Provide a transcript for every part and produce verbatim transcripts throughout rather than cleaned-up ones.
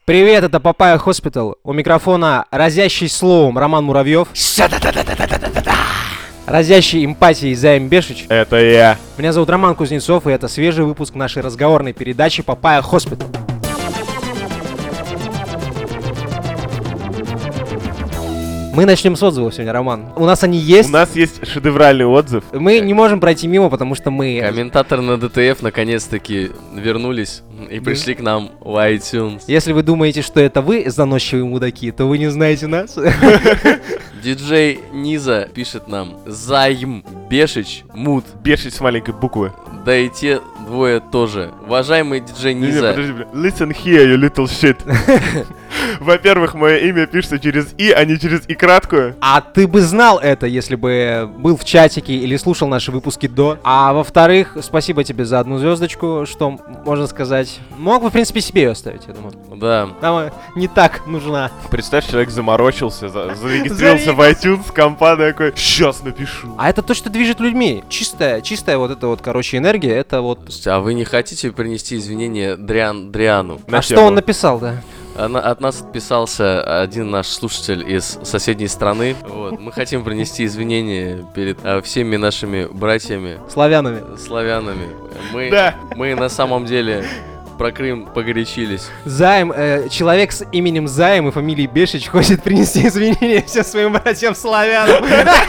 Привет, это Papaya Hospital. У микрофона разящий словом Роман Муравьев. Разящий эмпатией Заим Бешич. Это я. Меня зовут Роман Кузнецов, и это свежий выпуск нашей разговорной передачи Papaya Hospital. Мы начнем с отзывов сегодня, Роман. У нас они есть. У нас есть шедевральный отзыв. Мы не можем пройти мимо, потому что мы... Комментаторы на ди ти эф наконец-таки вернулись и пришли к нам в iTunes. Если вы думаете, что это вы, заносчивые мудаки, то вы не знаете нас. Диджей Низа пишет нам: Заим Бешич Мут. Бешич с маленькой буквы. Да и те двое тоже. Уважаемый диджей Не, не, Низа. подожди, бля. Listen here, you little shit. Во-первых, мое имя пишется через «и», а не через «и» краткую. А ты бы знал это, если бы был в чатике или слушал наши выпуски до. А во-вторых, спасибо тебе за одну звездочку, что можно сказать. Мог бы, в принципе, себе ее оставить, я думаю. Да. Нам не так нужна. Представь, человек заморочился, за- зарегистрировался в iTunes, компа такой: «Сейчас напишу». А это то, что движет людьми. Чистая, чистая вот эта вот, короче, энергия, это вот... Слушайте, а вы не хотите принести извинения Дриан Дриану? На а тему. что он написал, да? Она- От нас отписался один наш слушатель из соседней страны. Вот. Мы хотим принести извинения перед а, всеми нашими братьями Славянами. славянами. Мы, Да. мы на самом деле про Крым погорячились. Заим, э, человек с именем Заим и фамилией Бешич хочет принести извинения всем своим братьям славянам.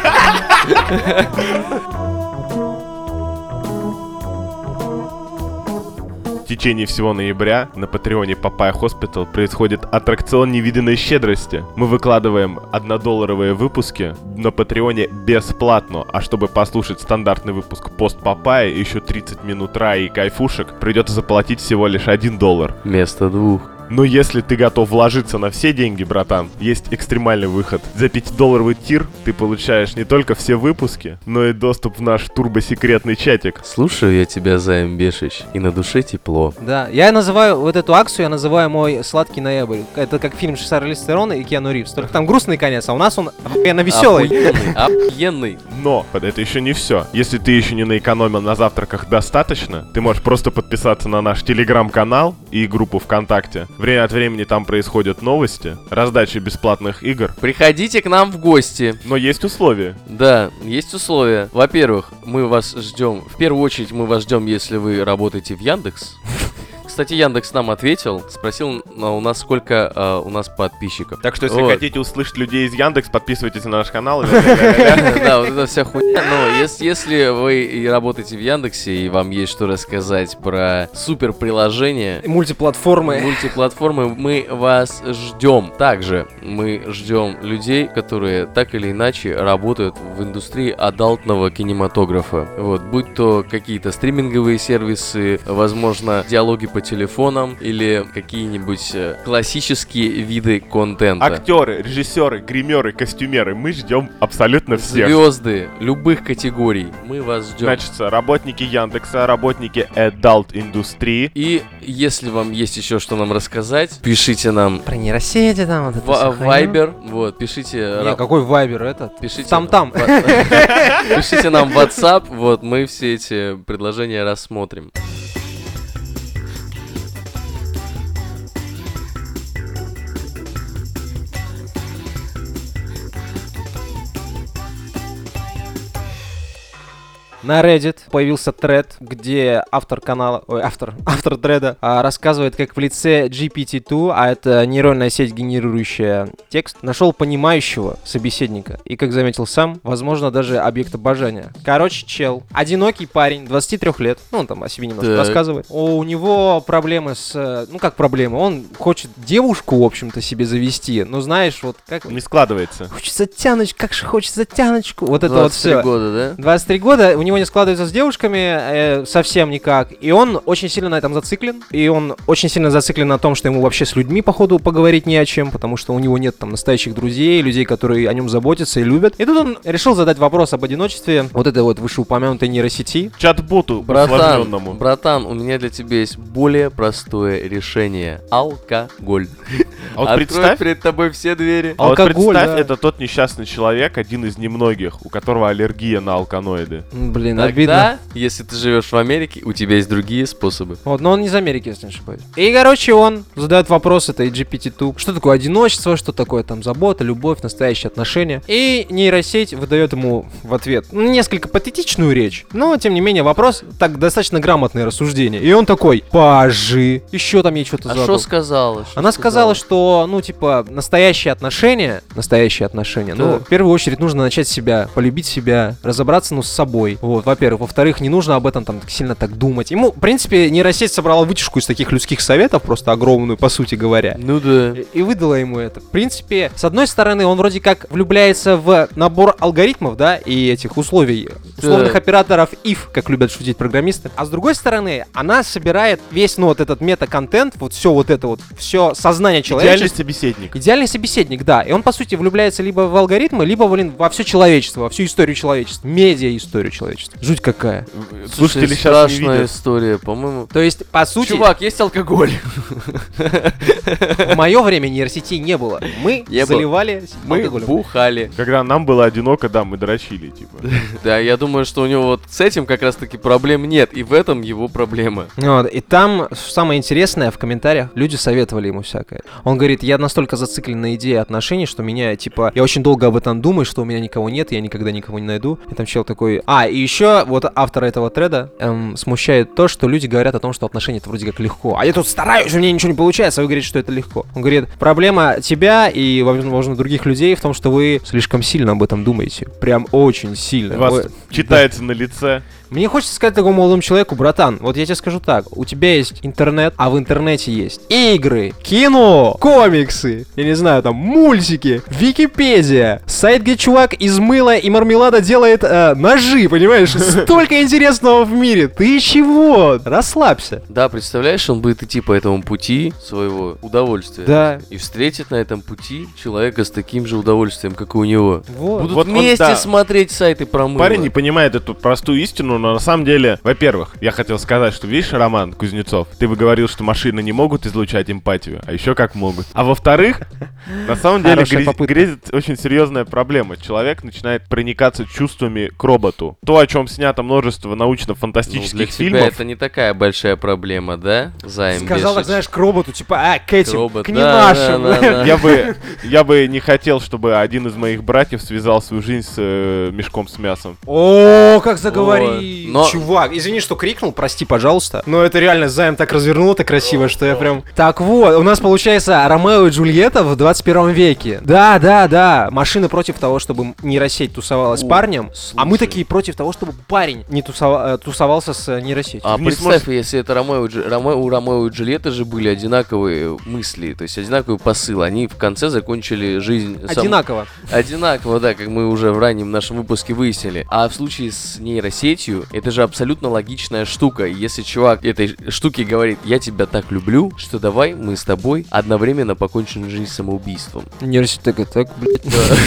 В течение всего ноября на патреоне Papaya Hospital происходит аттракцион невиданной щедрости. Мы выкладываем однодолларовые выпуски на патреоне бесплатно, а чтобы послушать стандартный выпуск пост Papaya, еще тридцать минут рая и кайфушек, придется заплатить всего лишь один доллар. Вместо двух. Но если ты готов вложиться на все деньги, братан, есть экстремальный выход. За пятидолларовый тир ты получаешь не только все выпуски, но и доступ в наш турбосекретный чатик. Слушаю я тебя, Заим Бешич, и на душе тепло. Да, я называю вот эту акцию, я называю мой сладкий ноябрь. Это как фильм Шарлиз Терона и Киану Ривз. Только там грустный конец, а у нас он охуенно веселый. Охуенный, охуенный. Но это еще не все. Если ты еще не наэкономил на завтраках достаточно, ты можешь просто подписаться на наш телеграм-канал и группу ВКонтакте. Время от времени там происходят новости, раздача бесплатных игр. Приходите к нам в гости. Но есть условия. Да, есть условия. Во-первых, мы вас ждем. В первую очередь мы вас ждем, если вы работаете в Яндекс. Кстати, Яндекс нам ответил, спросил а, у нас сколько а, у нас подписчиков. Так что, если Вот. хотите услышать людей из Яндекс, подписывайтесь на наш канал. Да, вот это вся хуйня. Но ес- если вы и работаете в Яндексе, и вам есть что рассказать про супер приложение, Мультиплатформы. мультиплатформы, мы вас ждем. Также мы ждем людей, которые так или иначе работают в индустрии адалтного кинематографа. Вот, будь то какие-то стриминговые сервисы, возможно, диалоги по телефонам или какие-нибудь э, классические виды контента. Актеры, режиссеры, гримеры, костюмеры, мы ждем абсолютно всех. Звезды любых категорий. Мы вас ждем. Значит, работники Яндекса, работники Adult индустрии. И если вам есть еще что нам рассказать, пишите нам Про нейросети там вот это в всё Viber, вот, пишите... Не, ра- какой вайбер этот? Пишите Там-там. в- Пишите нам в WhatsApp, вот, мы все эти предложения рассмотрим. На Reddit появился тред, где автор канала, ой, автор, автор треда а, рассказывает, как в лице джи пи ти два, а это нейронная сеть, генерирующая текст, нашел понимающего собеседника. И, как заметил сам, возможно, даже объект обожания. Короче, чел, одинокий парень, двадцати трёх лет, ну, он там о себе немножко Так. рассказывает. О, у него проблемы с, э, ну, как проблемы, он хочет девушку, в общем-то, себе завести, но знаешь, вот как... Не складывается. Хочется тяночку, как же хочется тяночку, вот это вот двадцать три все. года, да? двадцать три года, у него не складывается с девушками э, совсем никак. И он очень сильно на этом зациклен. И он очень сильно зациклен на том, что ему вообще с людьми, походу, поговорить не о чем. Потому что у него нет там настоящих друзей, людей, которые о нем заботятся и любят. И тут он решил задать вопрос об одиночестве вот этой вот вышеупомянутой нейросети. Чат-боту Братан, усложненному. братан, у меня для тебя есть более простое решение. Алкоголь. А вот Открой представь, перед тобой все двери. а вот Алкоголь, представь, да. это тот несчастный человек, один из немногих, у которого аллергия на алканоиды. М, Блин, обидно. Тогда, если ты живешь в Америке, у тебя есть другие способы. Вот, но он не из Америки, если не ошибаюсь. И, короче, он задает вопрос этой джи пи ти два. Что такое одиночество, что такое там забота, любовь, настоящие отношения. И нейросеть выдает ему в ответ ну, несколько патетичную речь, но, тем не менее, вопрос так достаточно грамотное рассуждение. И он такой, пажи, еще там ей что-то А задал. что сказала? Шо Она сказала, что, ну, типа, настоящие отношения, настоящие отношения, ну, Так. в первую очередь нужно начать с себя, полюбить себя, разобраться, ну, с собой, вот, во-первых. Во-вторых, не нужно об этом там так сильно так думать. Ему, в принципе, нейросеть собрала вытяжку из таких людских советов, просто огромную, по сути говоря. Ну да. И- И выдала ему это. В принципе, с одной стороны, он вроде как влюбляется в набор алгоритмов, да, и этих условий, условных Так. операторов if, как любят шутить программисты. А с другой стороны, она собирает весь, ну, вот этот мета-контент, вот все вот это вот, все сознание Идеальный человечества. собеседник. Идеальный собеседник, да. И он, по сути, влюбляется либо в алгоритмы, либо, блин, во все человечество, во всю историю человечества. Медиа-историю человечества. Жуть какая. Слушатели Слушай, сейчас не страшная видят. история, по-моему. То есть, по сути, Чувак, есть алкоголь. в мое время нейросетей не было. Мы Не было. заливали Мы алкоголем. бухали. Когда нам было одиноко, да, мы дрочили, типа. Да, я думаю, что у него вот с этим как раз-таки проблем нет. И в этом его проблема. Вот, и там самое интересное, в комментариях люди советовали ему всякое. Он говорит, я настолько зациклен на идее отношений, что меня, типа, я очень долго об этом думаю, что у меня никого нет, я никогда никого не найду. И там чел такой... А, и еще вот автора этого треда эм, смущает то, что люди говорят о том, что отношения это вроде как легко. А я тут стараюсь, у меня ничего не получается, а вы говорите, что это легко. Он говорит, проблема тебя и, возможно, других людей в том, что вы слишком сильно об этом думаете. Прям очень сильно. У вас Вы- читается на лице. Мне хочется сказать такому молодому человеку, братан, вот я тебе скажу так, у тебя есть интернет, а в интернете есть игры, кино, комиксы, я не знаю, там, мультики, Википедия, сайт, где чувак из мыла и мармелада делает э, ножи, понимаешь? Столько интересного в мире, ты чего? Расслабься. Да, представляешь, он будет идти по этому пути своего удовольствия. Да, И встретит на этом пути человека с таким же удовольствием, как и у него. вот. Будут Вот он, вместе да. смотреть сайты про мыло. Парень не понимает эту простую истину, но на самом деле, во-первых, я хотел сказать, что, видишь, Роман Кузнецов, ты бы говорил, что машины не могут излучать эмпатию, а еще как могут. А во-вторых, на самом деле Хорошая грез- попытка. грезит очень серьезная проблема. Человек начинает проникаться чувствами к роботу. То, о чем снято множество Ну, научно-фантастических для тебя фильмов. это не такая большая проблема, да, Займ Сказал, так, Бешич? знаешь, к роботу, типа, а, к этим, Робот, к не да, нашим. да, да, да. Я бы, я бы не хотел, чтобы один из моих братьев связал свою жизнь с э, мешком с мясом. О, как заговорил. Ой, но- Чувак, извини, что крикнул, прости, пожалуйста. Но это реально Займ так развернул это красиво, что я прям... Так вот, у нас получается Ромео и Джульетта в двадцать первом веке. Да, да, да. Машины против того, чтобы нейросеть тусовалась с О, парнем, а мы слушай. такие против того, чтобы парень не тусова- э, тусовался с э, нейросетью. А Не представь, сможешь- если это Ромео, и Дж- Ромео- у Ромео и Джульетты же были одинаковые мысли, то есть одинаковый посыл. Они в конце закончили жизнь... сам- Одинаково. Одинаково, да, как мы уже в раннем нашем выпуске выяснили. А в случае с нейросетью, это же абсолютно логичная штука. И если чувак этой штуки говорит, я тебя так люблю, что давай мы с тобой одновременно покончим жизнь самоубийством. Нейросеть такая, так, блядь.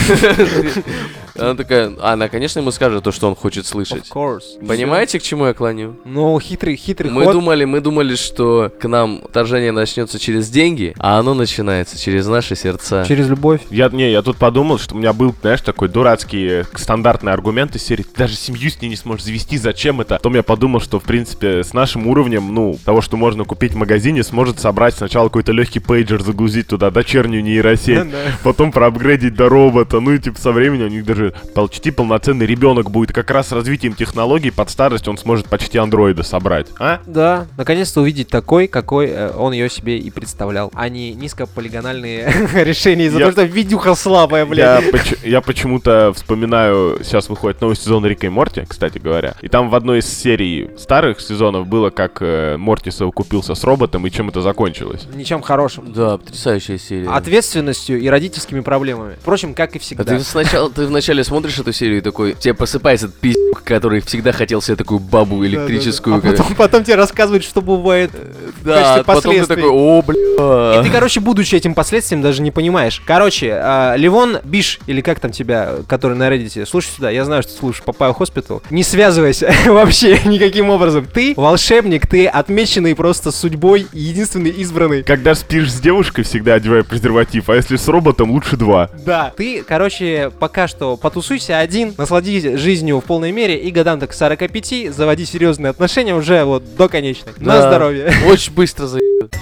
Она такая, а она, конечно, ему скажет то, что он хочет Of слышать. course. Понимаете, к чему я клоню? Ну, хитрый, хитрый Мы ход. думали, мы думали, что к нам вторжение начнется через деньги, а оно начинается через наши сердца. Через любовь. Я, не, я тут подумал, что у меня был, знаешь, такой дурацкий э, стандартный аргумент из серии «Ты даже семью с ней не сможешь завести, зачем это?» Потом я подумал, что, в принципе, с нашим уровнем, ну, того, что можно купить в магазине, сможет собрать сначала какой-то легкий пейджер, загрузить туда дочернюю нейросеть, потом проапгрейдить до робота, ну и типа со временем у них даже почти полноценный ребенок будет. Как раз с развитием технологий под старость он сможет почти андроида собрать, а? Да, наконец-то увидеть такой, какой э, он ее себе и представлял, а не низкополигональные решения из-за Я- того, что видюха слабая, Я, блядь. поч- я почему-то вспоминаю, сейчас выходит новый сезон Рика и Морти, кстати говоря. И там в одной из серий старых сезонов было, как э, Морти совокупился с роботом, и чем это закончилось. Ничем хорошим. Да, потрясающая серия. Ответственностью и родительскими проблемами. Впрочем, как и А всегда. ты сначала, ты вначале вначале смотришь эту серию и такой, тебе просыпается этот пиздюк, который всегда хотел себе такую бабу электрическую. Да, да, да. А потом, потом тебе рассказывают, что бывает в Да, качестве потом ты последствий. такой, о, бля. И ты, короче, будучи этим последствием, даже не понимаешь. Короче, э, Левон Биш, или как там тебя, который на Reddit, слушай сюда, я знаю, что ты слушаешь Papaya Hospital, не связывайся вообще никаким образом. Ты волшебник, ты отмеченный просто судьбой, единственный избранный. Когда спишь с девушкой, всегда одевай презерватив, а если с роботом, лучше два. Да. Ты, короче, пока что потусуйся один, насладись жизнью в полной мере и годам так к сорока пяти заводи серьезные отношения уже вот до конечной. На Да. здоровье. Очень быстро заебет.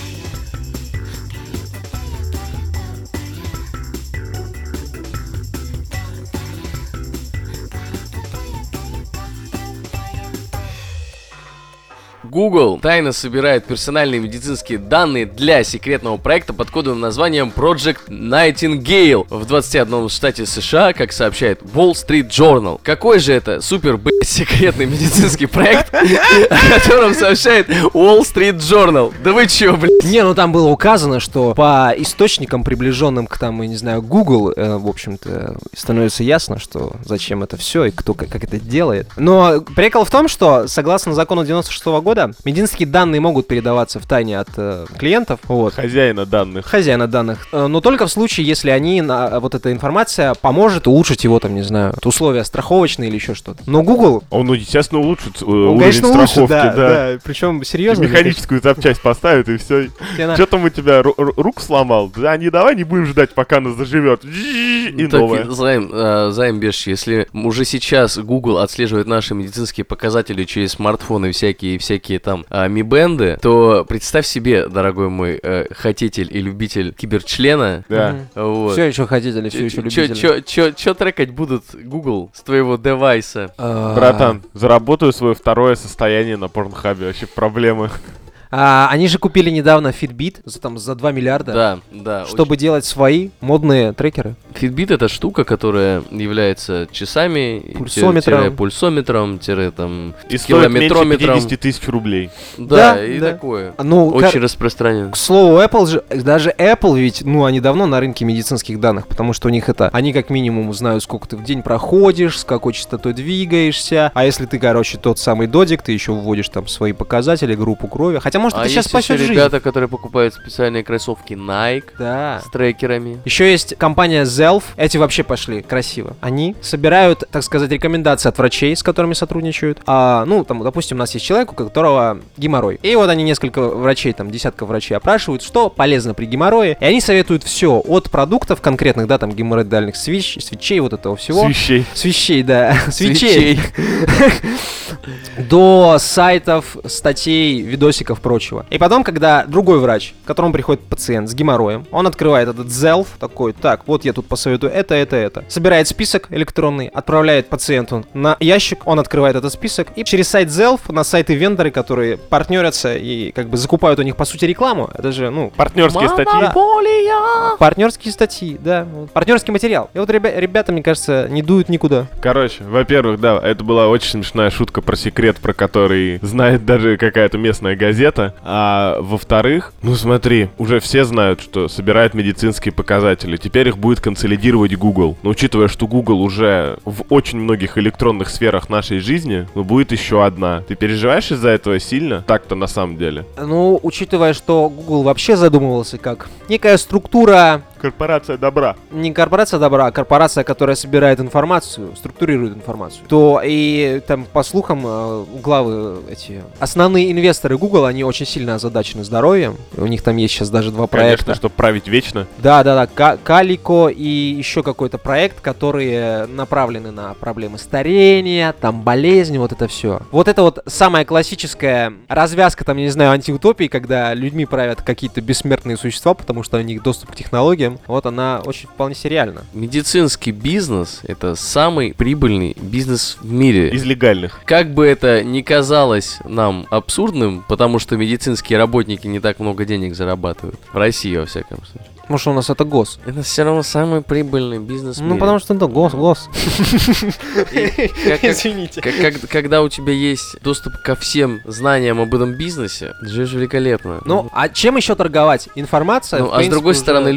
Google тайно собирает персональные медицинские данные для секретного проекта под кодовым названием Project Nightingale в двадцати одном штате США, как сообщает Wall Street Journal. Какой же это супер, блядь, секретный медицинский проект, о котором сообщает Wall Street Journal? Да вы чё, блядь? Не, ну там было указано, что по источникам, приближенным к там, я не знаю, Google, э, в общем-то, становится ясно, что зачем это все и кто как, как это делает. Но прикол в том, что согласно закону девяносто шестого года медицинские данные могут передаваться в тайне от э, клиентов, вот, Хозяина данных. хозяина данных, э, но только в случае, если они, на, вот эта информация поможет улучшить его, там, не знаю, условия страховочные или еще что-то. Но Google, Он, ну, естественно, улучшит э, он, уровень конечно, улучшит, страховки, да, да. да, причем серьезно. Механическую запчасть поставит и все. Тебе на- Что там у тебя ру- ру- рук сломал? Да не, давай не будем ждать, пока она заживет. И Так, новая. Займ, э, Займ Беш, если уже сейчас Google отслеживает наши медицинские показатели через смартфоны всякие, всякие там э, ми-бенды, то представь себе, дорогой мой э, хотитель и любитель киберчлена, Да. вот. Все еще хотите, все еще любители. Чё, чё, чё трекать будут Google с твоего девайса? А, Братан, заработаю свое второе состояние на порнхабе. Вообще проблемы. а, они же купили недавно Fitbit за, там, за два миллиарда, Да, да. чтобы делать свои модные трекеры. Fitbit — это штука, которая является часами, и Пульсометром. тире Пульсометром. пульсометром, тире там И стоит меньше километрометром. пятьдесят тысяч рублей. Да, Да, и да. такое. Ну, Очень кор- распространено. К слову, Apple же, даже Apple ведь, ну, они давно на рынке медицинских данных, потому что у них это, они как минимум знают, сколько ты в день проходишь, с какой частотой двигаешься, а если ты, короче, тот самый додик, ты еще вводишь там свои показатели, группу крови, хотя, может, А это сейчас есть еще спасет жизнь. ребята, которые покупают специальные кроссовки Nike Да. с трекерами. Еще есть компания Zelf, эти вообще пошли красиво. Они собирают, так сказать, рекомендации от врачей, с которыми сотрудничают. А, ну, там, допустим, у нас есть человек, у которого геморрой. И вот они несколько врачей, там, десятка врачей опрашивают, что полезно при геморрое. И они советуют все, от продуктов конкретных, да, там, геморроидальных свеч, свечей, вот этого всего. Свищей. Свечей, да. Свечей. До сайтов, статей, видосиков, прочего. И потом, когда другой врач, к которому приходит пациент с геморроем, он открывает этот Zelf, такой, так, вот я тут посоветую это, это, это. Собирает список электронный, отправляет пациенту на ящик, он открывает этот список, и через сайт Zelf на сайты вендоры, которые партнерятся и как бы закупают у них, по сути, рекламу, это же, ну, Партнерские статьи. да. Партнерские статьи, да. Вот. Партнерский материал. И вот ребя- ребята, мне кажется, не дуют никуда. Короче, во-первых, да, это была очень смешная шутка про секрет, про который знает даже какая-то местная газета. А во-вторых, ну смотри, уже все знают, что собирают медицинские показатели. Теперь их будет консолидировать Google. Но учитывая, что Google уже в очень многих электронных сферах нашей жизни, ну будет еще одна. Ты переживаешь из-за этого сильно? Так-то на самом деле. Ну, учитывая, что Google вообще задумывался как некая структура, Корпорация добра. не корпорация добра, а корпорация, которая собирает информацию, структурирует информацию, то и там, по слухам, э, главы эти, основные инвесторы Google, они очень сильно озадачены здоровьем. У них там есть сейчас даже два проекта. Конечно, чтобы править вечно. Да, да, да, Ка- Калико и еще какой-то проект, которые направлены на проблемы старения, там болезни, вот это все. Вот это вот самая классическая развязка, там, я не знаю, антиутопии, когда людьми правят какие-то бессмертные существа, потому что у них доступ к технологиям. Вот она очень вполне сериальна. Медицинский бизнес — это самый прибыльный бизнес в мире. Из легальных. Как бы это ни казалось нам абсурдным, потому что медицинские работники не так много денег зарабатывают. В России, во всяком случае. Потому что у нас это гос. Это все равно самый прибыльный бизнес в Ну, мире. потому что это гос, гос. И как- как- Извините. Как- как- когда у тебя есть доступ ко всем знаниям об этом бизнесе, ты живешь великолепно. Ну, а чем еще торговать? Информация? Ну, в а с принципе, другой уже- стороны, люди, которые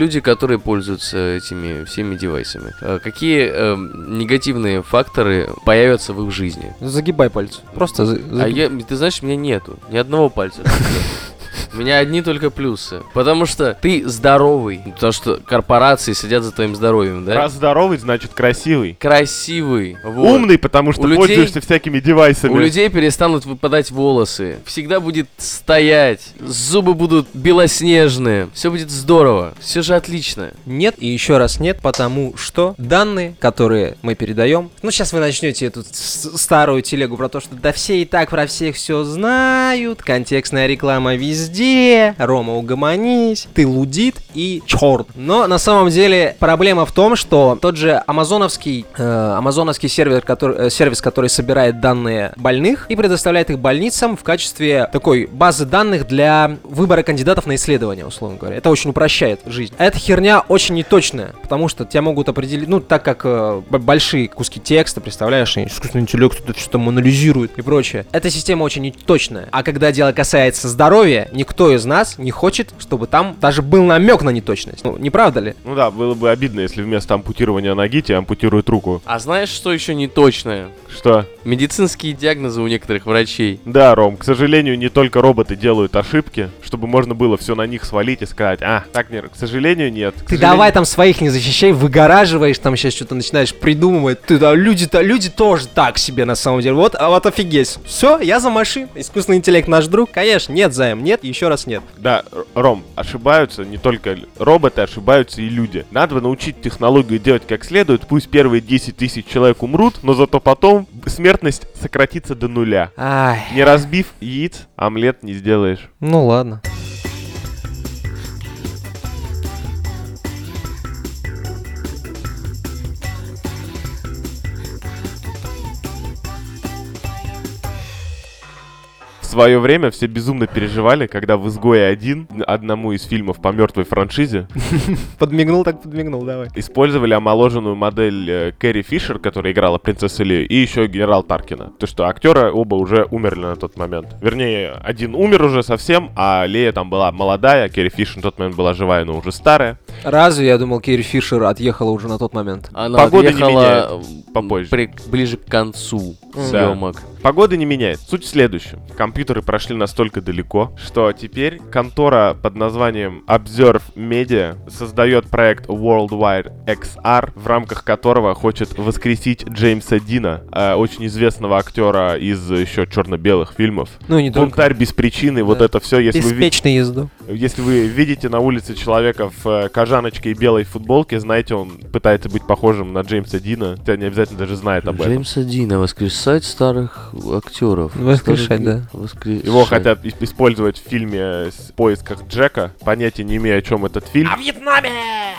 которые пользуются этими всеми девайсами. Э, какие э, негативные факторы появятся в их жизни? Загибай пальцы. Просто за- А загибай. я, ты знаешь, у меня нету ни одного пальца. У меня одни только плюсы. Потому что ты здоровый. Потому что корпорации сидят за твоим здоровьем, да? Раз здоровый, значит красивый. Красивый. Вот. Умный, потому что У людей- пользуешься всякими девайсами. У людей перестанут выпадать волосы. Всегда будет стоять. Зубы будут белоснежные. Все будет здорово. Все же отлично. Нет и еще раз нет, потому что данные, которые мы передаем, ну сейчас вы начнете эту с- старую телегу про то, что да все и так про всех все знают, контекстная реклама везде, Рома, угомонись, ты лудит и черт. Но на самом деле проблема в том, что тот же амазоновский, э, амазоновский сервер, который, э, сервис, который собирает данные больных и предоставляет их больницам в качестве такой базы данных для выбора кандидатов на исследования, условно говоря. Это очень упрощает жизнь. Эта херня очень неточная, потому что тебя могут определить, ну, так как э, б- большие куски текста, представляешь, и искусственный интеллект это все там анализирует и прочее. Эта система очень неточная. А когда дело касается здоровья, никто из нас не хочет, чтобы там даже был намек на неточность. Ну, не правда ли? Ну да, было бы обидно, если вместо ампутирования ноги тебе ампутируют руку. А знаешь, что еще не точное? Что? Медицинские диагнозы у некоторых врачей. Да, Ром, к сожалению, не только роботы делают ошибки, чтобы можно было все на них свалить и сказать, а, так, не, к сожалению, нет. К Ты сожалению- давай там своих не защищай, выгораживаешь, там сейчас что-то начинаешь придумывать. Ты да, люди-то, люди тоже так себе на самом деле. Вот, а вот офигеть. Все, я за машин. Искусственный интеллект наш друг. Конечно, нет, Займ, нет, и еще раз нет. Да, Р- Ром, ошибаются не только роботы, ошибаются и люди. Надо научить технологию делать как следует, пусть первые десять тысяч человек умрут, но зато потом смертность сократится до нуля. Ай, Не разбив яиц, омлет не сделаешь. ну ладно. В свое время все безумно переживали, когда в «Изгое один», одному из фильмов по мертвой франшизе, Подмигнул так подмигнул, давай. использовали омоложенную модель э, Кэрри Фишер, которая играла принцессу Лею, и еще генерал Таркина. То, что актеры оба уже умерли на тот момент. Вернее, один умер уже совсем, а Лея там была молодая, Кэрри Фишер на тот момент была живая, но уже старая. Разве, я думал, Керри Фишер отъехала уже на тот момент? Она Погода не отъехала меняет. м, Попозже. при- ближе к концу Да. съемок. Погода не меняет. Суть в следующем. Компьютеры прошли настолько далеко, что теперь контора под названием Observe Media создает проект Worldwide икс ар, в рамках которого хочет воскресить Джеймса Дина, э, очень известного актера из еще черно-белых фильмов. Ну и не только. Бунтарь без причины, вот Да. это все. Если вы, ви- Беспечную езду. если вы видите на улице человека в э, кожаночке и белой футболке, знаете, он пытается быть похожим на Джеймса Дина. Хотя не обязательно даже знает об этом. Джеймса Дина, воскресать старых актеров. Воскрешать, Старых- да. воскрешать. Его хотят и- использовать в фильме э, с- «В поисках Джека». Понятия не имею, о чем этот фильм. А в Вьетнаме!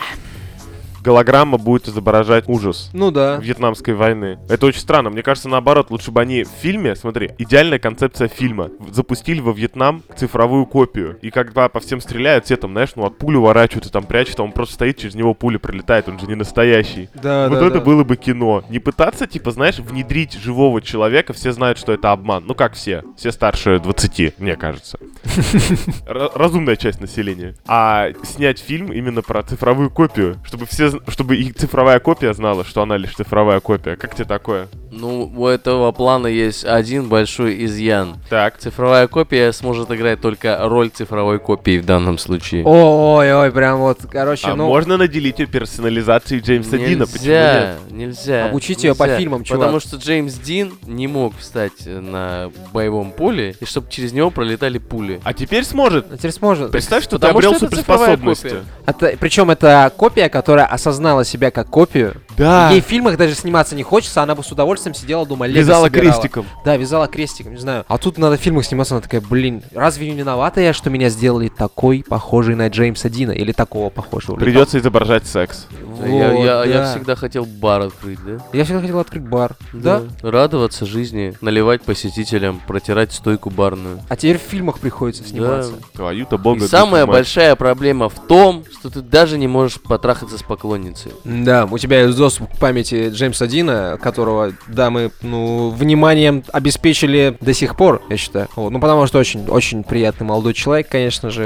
Голограмма будет изображать ужас Ну да. Вьетнамской войны. Это очень странно. Мне кажется, наоборот, лучше бы они в фильме, смотри, идеальная концепция фильма. В- Запустили во Вьетнам цифровую копию. И когда по всем стреляют, все там, знаешь, ну от пули уворачиваются, там прячут, а он просто стоит, через него пуля пролетает, он же не настоящий. Да, Вот да, это да. было бы кино. Не пытаться, типа, знаешь, внедрить живого человека, все знают, что это обман. Ну как все? Все старше двадцати, мне кажется. Р- Разумная часть населения. А снять фильм именно про цифровую копию, чтобы все, з- чтобы и цифровая копия знала, что она лишь цифровая копия. Как тебе такое? Ну, у этого плана есть один большой изъян. Так. Цифровая копия сможет играть только роль цифровой копии в данном случае. Ой, ой, прям вот, короче, А ну... можно наделить ее персонализацией Джеймса Дина? Почему Нельзя, нет? нельзя. Обучить её по нельзя. фильмам, чувак. Потому что Джеймс Дин не мог встать на боевом поле, и чтобы через него пролетали пули. А теперь сможет. А теперь сможет. Представь, что ты Потому обрел что это цифровая суперспособности. копия. Это, причем это копия, которая осознала себя как копию. Да. Ей в фильмах даже сниматься не хочется, она бы с удовольствием сидела дома, лего Вязала собирала. крестиком. Да, вязала крестиком, не знаю. А тут надо в фильмах сниматься, она такая, блин, разве не виновата я, что меня сделали такой, похожий на Джеймса Дина? Или такого похожего? Или Придется изображать секс. так? я, Вот, я- я да. всегда хотел бар открыть, да? Я всегда хотел открыть бар. Да? Радоваться жизни, наливать посетителям, протирать стойку барную. А теперь в фильмах приходится сниматься. Твою-то бога. И самая душу мать. большая проблема в том, что ты даже не можешь потрахаться с поклонницей. Да, у тебя есть доступ к памяти Джеймса Дина, которого, да, мы, ну, вниманием обеспечили до сих пор, я считаю. Вот, ну, потому что очень, очень приятный молодой человек, конечно же.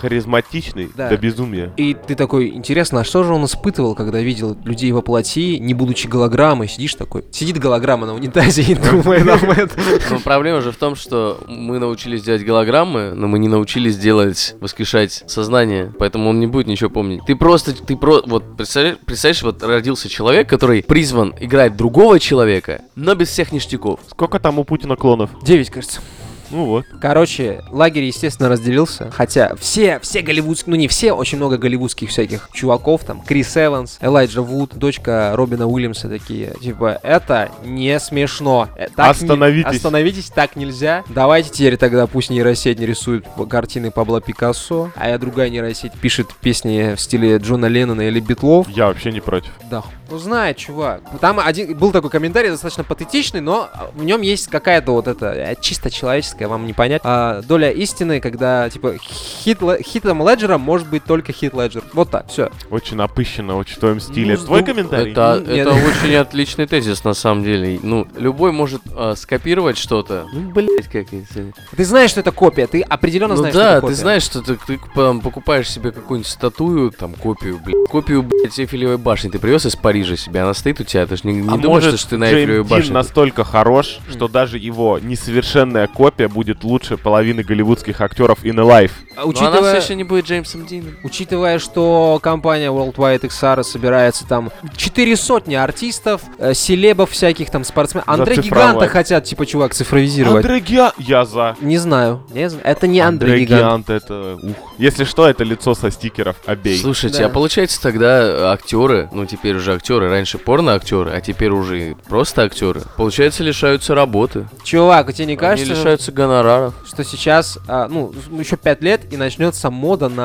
харизматичный Да. до безумия. И ты такой, интересно, а что же он испытывал, когда видел людей во плоти, не будучи голограммой? Сидишь такой, сидит голограмма на унитазе и думает об этом. Но проблема же в том, что мы научились делать голограммы, но мы не научились делать, воскрешать сознание, поэтому он не будет ничего помнить. Ты просто, ты про, вот представляешь, представляешь, вот родился человек, который призван играть другого человека, но без всех ништяков. Сколько там у Путина клонов? Девять, кажется. Ну вот. Короче, лагерь, естественно, разделился. Хотя все, все голливудские, ну не все, очень много голливудских всяких чуваков, там, Крис Эванс, Элайджа Вуд, дочка Робина Уильямса такие. Типа, это не смешно. Э, так Остановитесь. Не, остановитесь, так нельзя. Давайте теперь тогда пусть нейросеть не рисует картины Пабло Пикассо, а я другая нейросеть пишет песни в стиле Джона Леннона или Битлов. Я вообще не против. Да, ну знает, чувак. Там один был такой комментарий, достаточно патетичный, но в нем есть какая-то вот это э, чисто человеческая, вам не понять, а, доля истины, когда типа хит, хитом Леджера может быть только Хит Леджер. Вот так, все. Очень напыщенно, очень в твоем стиле. Ну, Это твой ну, комментарий? Это, Нет. это очень отличный тезис, на самом деле. Ну, любой может э, скопировать что-то. Ну, блять, как это. Ты знаешь, что это копия, ты определенно Ну знаешь, что да, это ты копия. знаешь, что ты, ты п- покупаешь себе какую-нибудь статую, там, копию, блядь. Копию, блядь, Эйфелевой башни ты привез из Парижа себе, она стоит у тебя, ты же не, не А думаешь, может, что ты на Джеймс Эйфелевой Дин башне. настолько хорош, что даже его несовершенная копия будет лучше половины голливудских актеров in a life. А Но она все Учитывая, еще не будет Джеймсом Дином. учитывая, что компания Worldwide икс ар собирается там четыре сотни артистов, э, селебов всяких там, спортсменов. Андре Зацифровать. Гиганта хотят, типа, чувак, цифровизировать. Андре Гигант, я за. Не знаю, не знаю. Это не Андре Андре Гигант. Гигант, это ух. Если что, это лицо со стикеров обей. Слушайте, Да. а получается тогда актеры, ну теперь уже актеры, раньше порно-актеры, а теперь уже просто актеры, получается, лишаются работы. Чувак, а тебе не Они кажется, лишаются гонораров. что сейчас, а, ну, еще пять лет и начнется мода на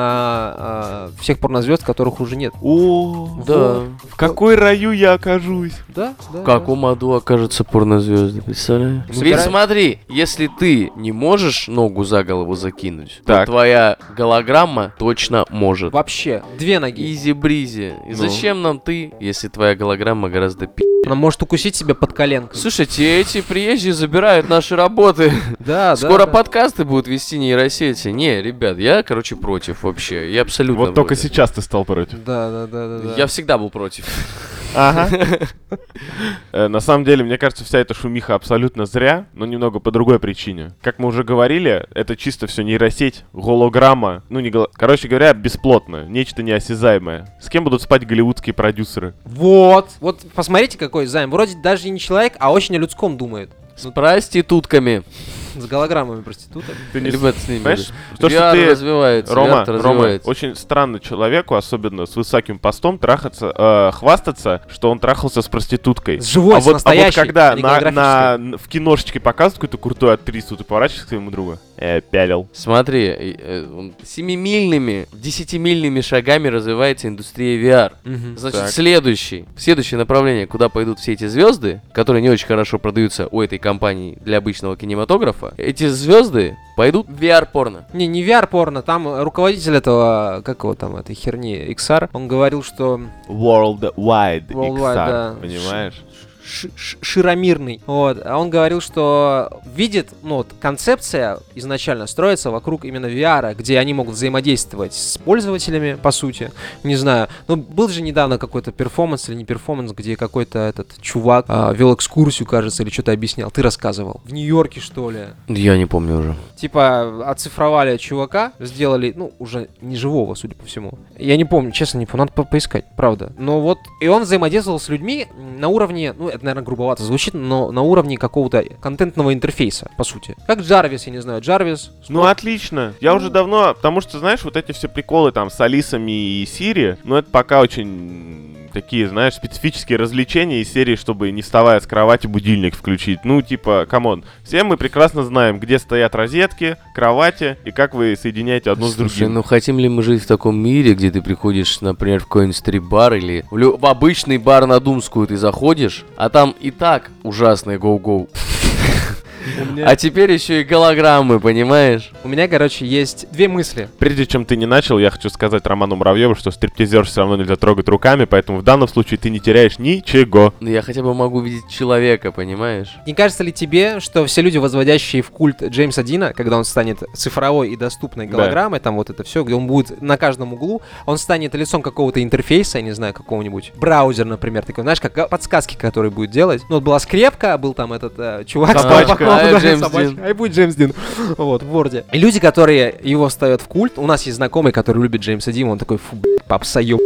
а, всех порнозвезд, которых уже нет? О, Да. в какой раю я окажусь? Да, да. В каком аду окажутся порнозвезды, представляешь? Собира- Ведь смотри, если ты не можешь ногу за голову закинуть, Так. то твоя голограмма точно может. Вообще, две ноги. Изи-бризи. И Ну. зачем нам ты, если твоя голограмма гораздо пи***? Она может укусить себя под коленкой. Слушайте, эти приезжие забирают наши работы. Да, да. Скоро да. подкасты будут вести нейросети. Не, ребят, я, короче, против вообще. Я абсолютно Вот только против. сейчас ты стал против. Да, да, да, да, да. Я всегда был против. Ага. Э, На самом деле, мне кажется, вся эта шумиха абсолютно зря, но немного по другой причине. Как мы уже говорили, это чисто все нейросеть, голограмма, ну не голо- короче говоря, бесплотно, нечто неосязаемое. С кем будут спать голливудские продюсеры? Вот. Вот посмотрите, какой займ. Вроде даже и не человек, а очень о людском думает. С проститутками. С голограммами проституток. Ты не Ребят, с ними. понимаешь, да. то, ви ар что ты, развивается, Рома, ви ар Рома, развивается. очень странно человеку, особенно с высоким постом, трахаться, э, хвастаться, что он трахался с проституткой. С живой, а с вот, а вот настоящей, когда а не на, голографической. на- в киношечке показывают какую-то крутую актрису, ты поворачиваешься к своему другу. Э, пялил. Смотри, э, э, он семимильными, десятимильными шагами развивается индустрия ви ар. Мгм. Значит, Так. следующий, следующее направление, куда пойдут все эти звезды, которые не очень хорошо продаются у этой компании для обычного кинематографа, эти звезды пойдут в ви ар-порно. Не, не ви ар-порно, там э, руководитель этого, как его там, этой херни, икс ар, он говорил, что Worldwide, Worldwide, икс ар, да. понимаешь? Ш- ш- широмирный. Вот. А он говорил, что видит, ну вот, концепция изначально строится вокруг именно ви ар, где они могут взаимодействовать с пользователями, по сути. Не знаю. Ну, был же недавно какой-то перформанс или не перформанс, где какой-то этот чувак а, вел экскурсию, кажется, или что-то объяснял. Ты рассказывал. В Нью-Йорке, что ли? Я не помню уже. Типа, оцифровали чувака, сделали, ну, уже не живого, судя по всему. Я не помню, честно, не помню, надо по- поискать, правда. Но вот, и он взаимодействовал с людьми на уровне, ну, это, наверное, грубовато звучит, но на уровне какого-то контентного интерфейса, по сути. Как Джарвис, я не знаю, Джарвис. Ну отлично. Я уже давно, потому что, знаешь, вот эти все приколы там с Алисами и Сири, ну это пока очень такие, знаешь, специфические развлечения из серии, чтобы не вставая с кровати будильник включить. Ну типа, камон, все мы прекрасно знаем, где стоят розетки, кровати и как вы соединяете одно с Слушай, другим. ну хотим ли мы жить в таком мире, где ты приходишь, например, в какой-нибудь стрип-бар или в, лю- в обычный бар на Думскую ты заходишь, а там и так ужасный гоу-гоу. У меня, А теперь еще и голограммы, понимаешь? у меня, короче, есть две мысли. Прежде чем ты не начал, я хочу сказать Роману Муравьеву, что стриптизер все равно нельзя трогать руками, поэтому в данном случае ты не теряешь ничего. Ну я хотя бы могу видеть человека, понимаешь? Не кажется ли тебе, что все люди, возводящие в культ Джеймса Дина, когда он станет цифровой и доступной голограммой, там вот это все, где он будет на каждом углу, он станет лицом какого-то интерфейса, я не знаю, какого-нибудь браузер, например, такой, знаешь, как подсказки, которые будет делать. Ну, вот была скрепка, был там этот э, чувак, Собачка. похож, А, да, Джеймс собачка. Дин. А и будет Джеймс Дин. Вот, в Ворде. И люди, которые его ставят в культ, у нас есть знакомый, который любит Джеймса Дина, он такой, фу, блядь, попса, ёб.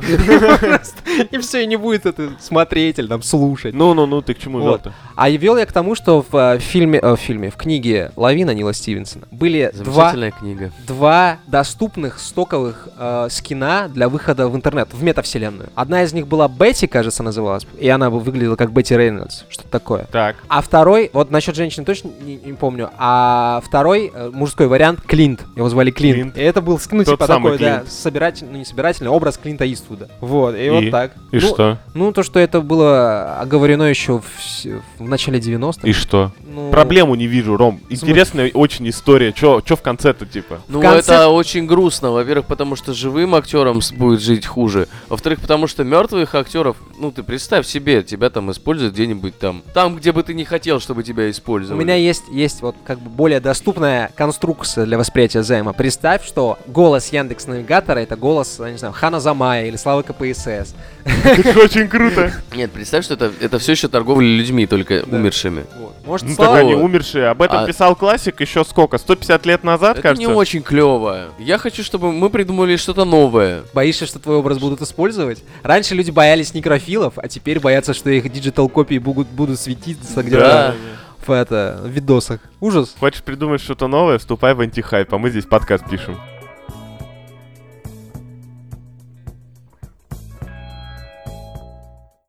И все, и не будет это смотреть или там слушать. Ну-ну-ну, ты к чему Вот. вел-то? А и вел я к тому, что в э, фильме, э, в фильме, в книге «Лавина» Нила Стивенсона были два, Замечательная книга. два доступных стоковых э, скина для выхода в интернет, в метавселенную. Одна из них была Бетти, кажется, называлась, и она бы выглядела как Бетти Рейнольдс, что-то такое. Так. А второй, вот насчет женщины точно не, не помню, а второй э, мужской вариант Клинт. Его звали Клинт. Клинт. И это был, ну, Тот типа самый такой, да, Клинт. собирательный, ну не собирательный, образ Клинта Иствуда. Вот, и, И? вот так. И Ну, что? Ну, то, что это было оговорено еще в, с- в начале девяностых. И что? Ну, Проблему не вижу, Ром. Интересная очень история. Чё, чё в конце-то, типа? Ну, конце- это очень грустно. Во-первых, потому что живым актерам с- будет жить хуже. Во-вторых, потому что мертвых актеров, ну, ты представь себе, тебя там используют где-нибудь там. Там, где бы ты не хотел, чтобы тебя У использовали. меня есть, есть вот как бы более доступная конструкция для восприятия займа. Представь, что голос Яндекс-навигатора — это голос, я не знаю, Хана Замая или Славы КПСС. Это очень круто. Нет, представь, что это, это все еще торговля людьми, только Да. умершими. Вот. Может, Ну, Слава... так они умершие. Об этом А- писал классик еще сколько? сто пятьдесят лет назад, Это кажется? не очень клево. Я хочу, чтобы мы придумали что-то новое. Боишься, что твой образ будут использовать? Раньше люди боялись некрофилов, а теперь боятся, что их диджитал-копии будут, будут светиться где-то Да. в, это, в видосах. Ужас. Хочешь придумать что-то новое, вступай в антихайп, а мы здесь подкаст пишем.